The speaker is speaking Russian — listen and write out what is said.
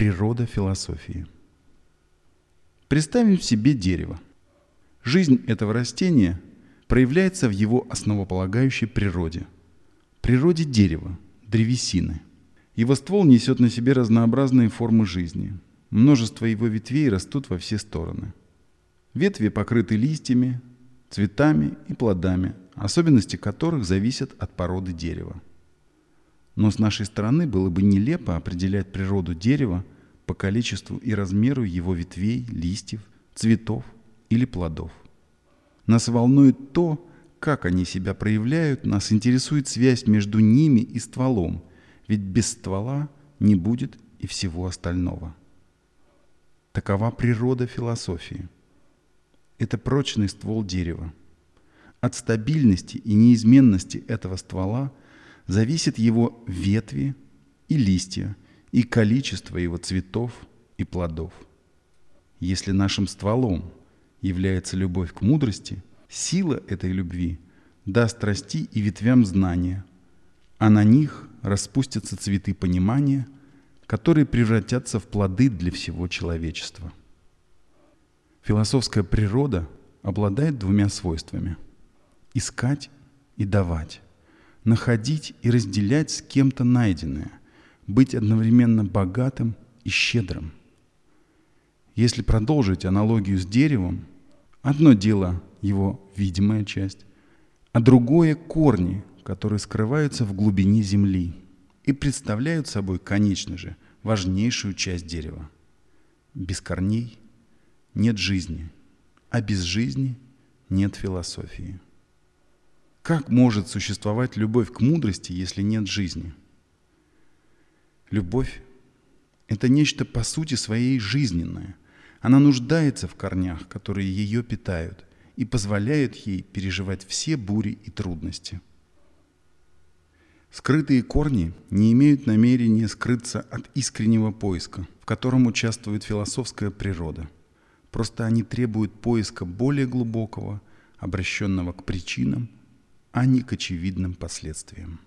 природа философии. Представим себе дерево. Жизнь этого растения проявляется в его основополагающей природе дерева, древесины. Его ствол несет на себе разнообразные формы жизни. Множество его ветвей растут во все стороны. Ветви покрыты листьями, цветами и плодами, особенности которых зависят от породы дерева. Но с нашей стороны было бы нелепо определять природу дерева по количеству и размеру его ветвей, листьев, цветов или плодов. Нас волнует то, как они себя проявляют, нас интересует связь между ними и стволом, ведь без ствола не будет и всего остального. Такова природа философии. Это прочный ствол дерева. От стабильности и неизменности этого ствола зависят его ветви и листья, и количество его цветов и плодов. Если нашим стволом является любовь к мудрости, сила этой любви даст расти и ветвям знания, а на них распустятся цветы понимания, которые превратятся в плоды для всего человечества. Философская природа обладает двумя свойствами – искать и давать, находить и разделять с кем-то найденное, быть одновременно богатым и щедрым. Если продолжить аналогию с деревом, одно дело его видимая часть, а другое – корни, которые скрываются в глубине земли и представляют собой, конечно же, важнейшую часть дерева. Без корней нет жизни, а без жизни нет философии. Как может существовать любовь к мудрости, если нет жизни? Любовь – это нечто по сути своей жизненное. Она нуждается в корнях, которые ее питают, и позволяют ей переживать все бури и трудности. Скрытые корни не имеют намерения скрыться от искреннего поиска, в котором участвует философская природа. Просто они требуют поиска более глубокого, обращенного к причинам, а не к очевидным последствиям.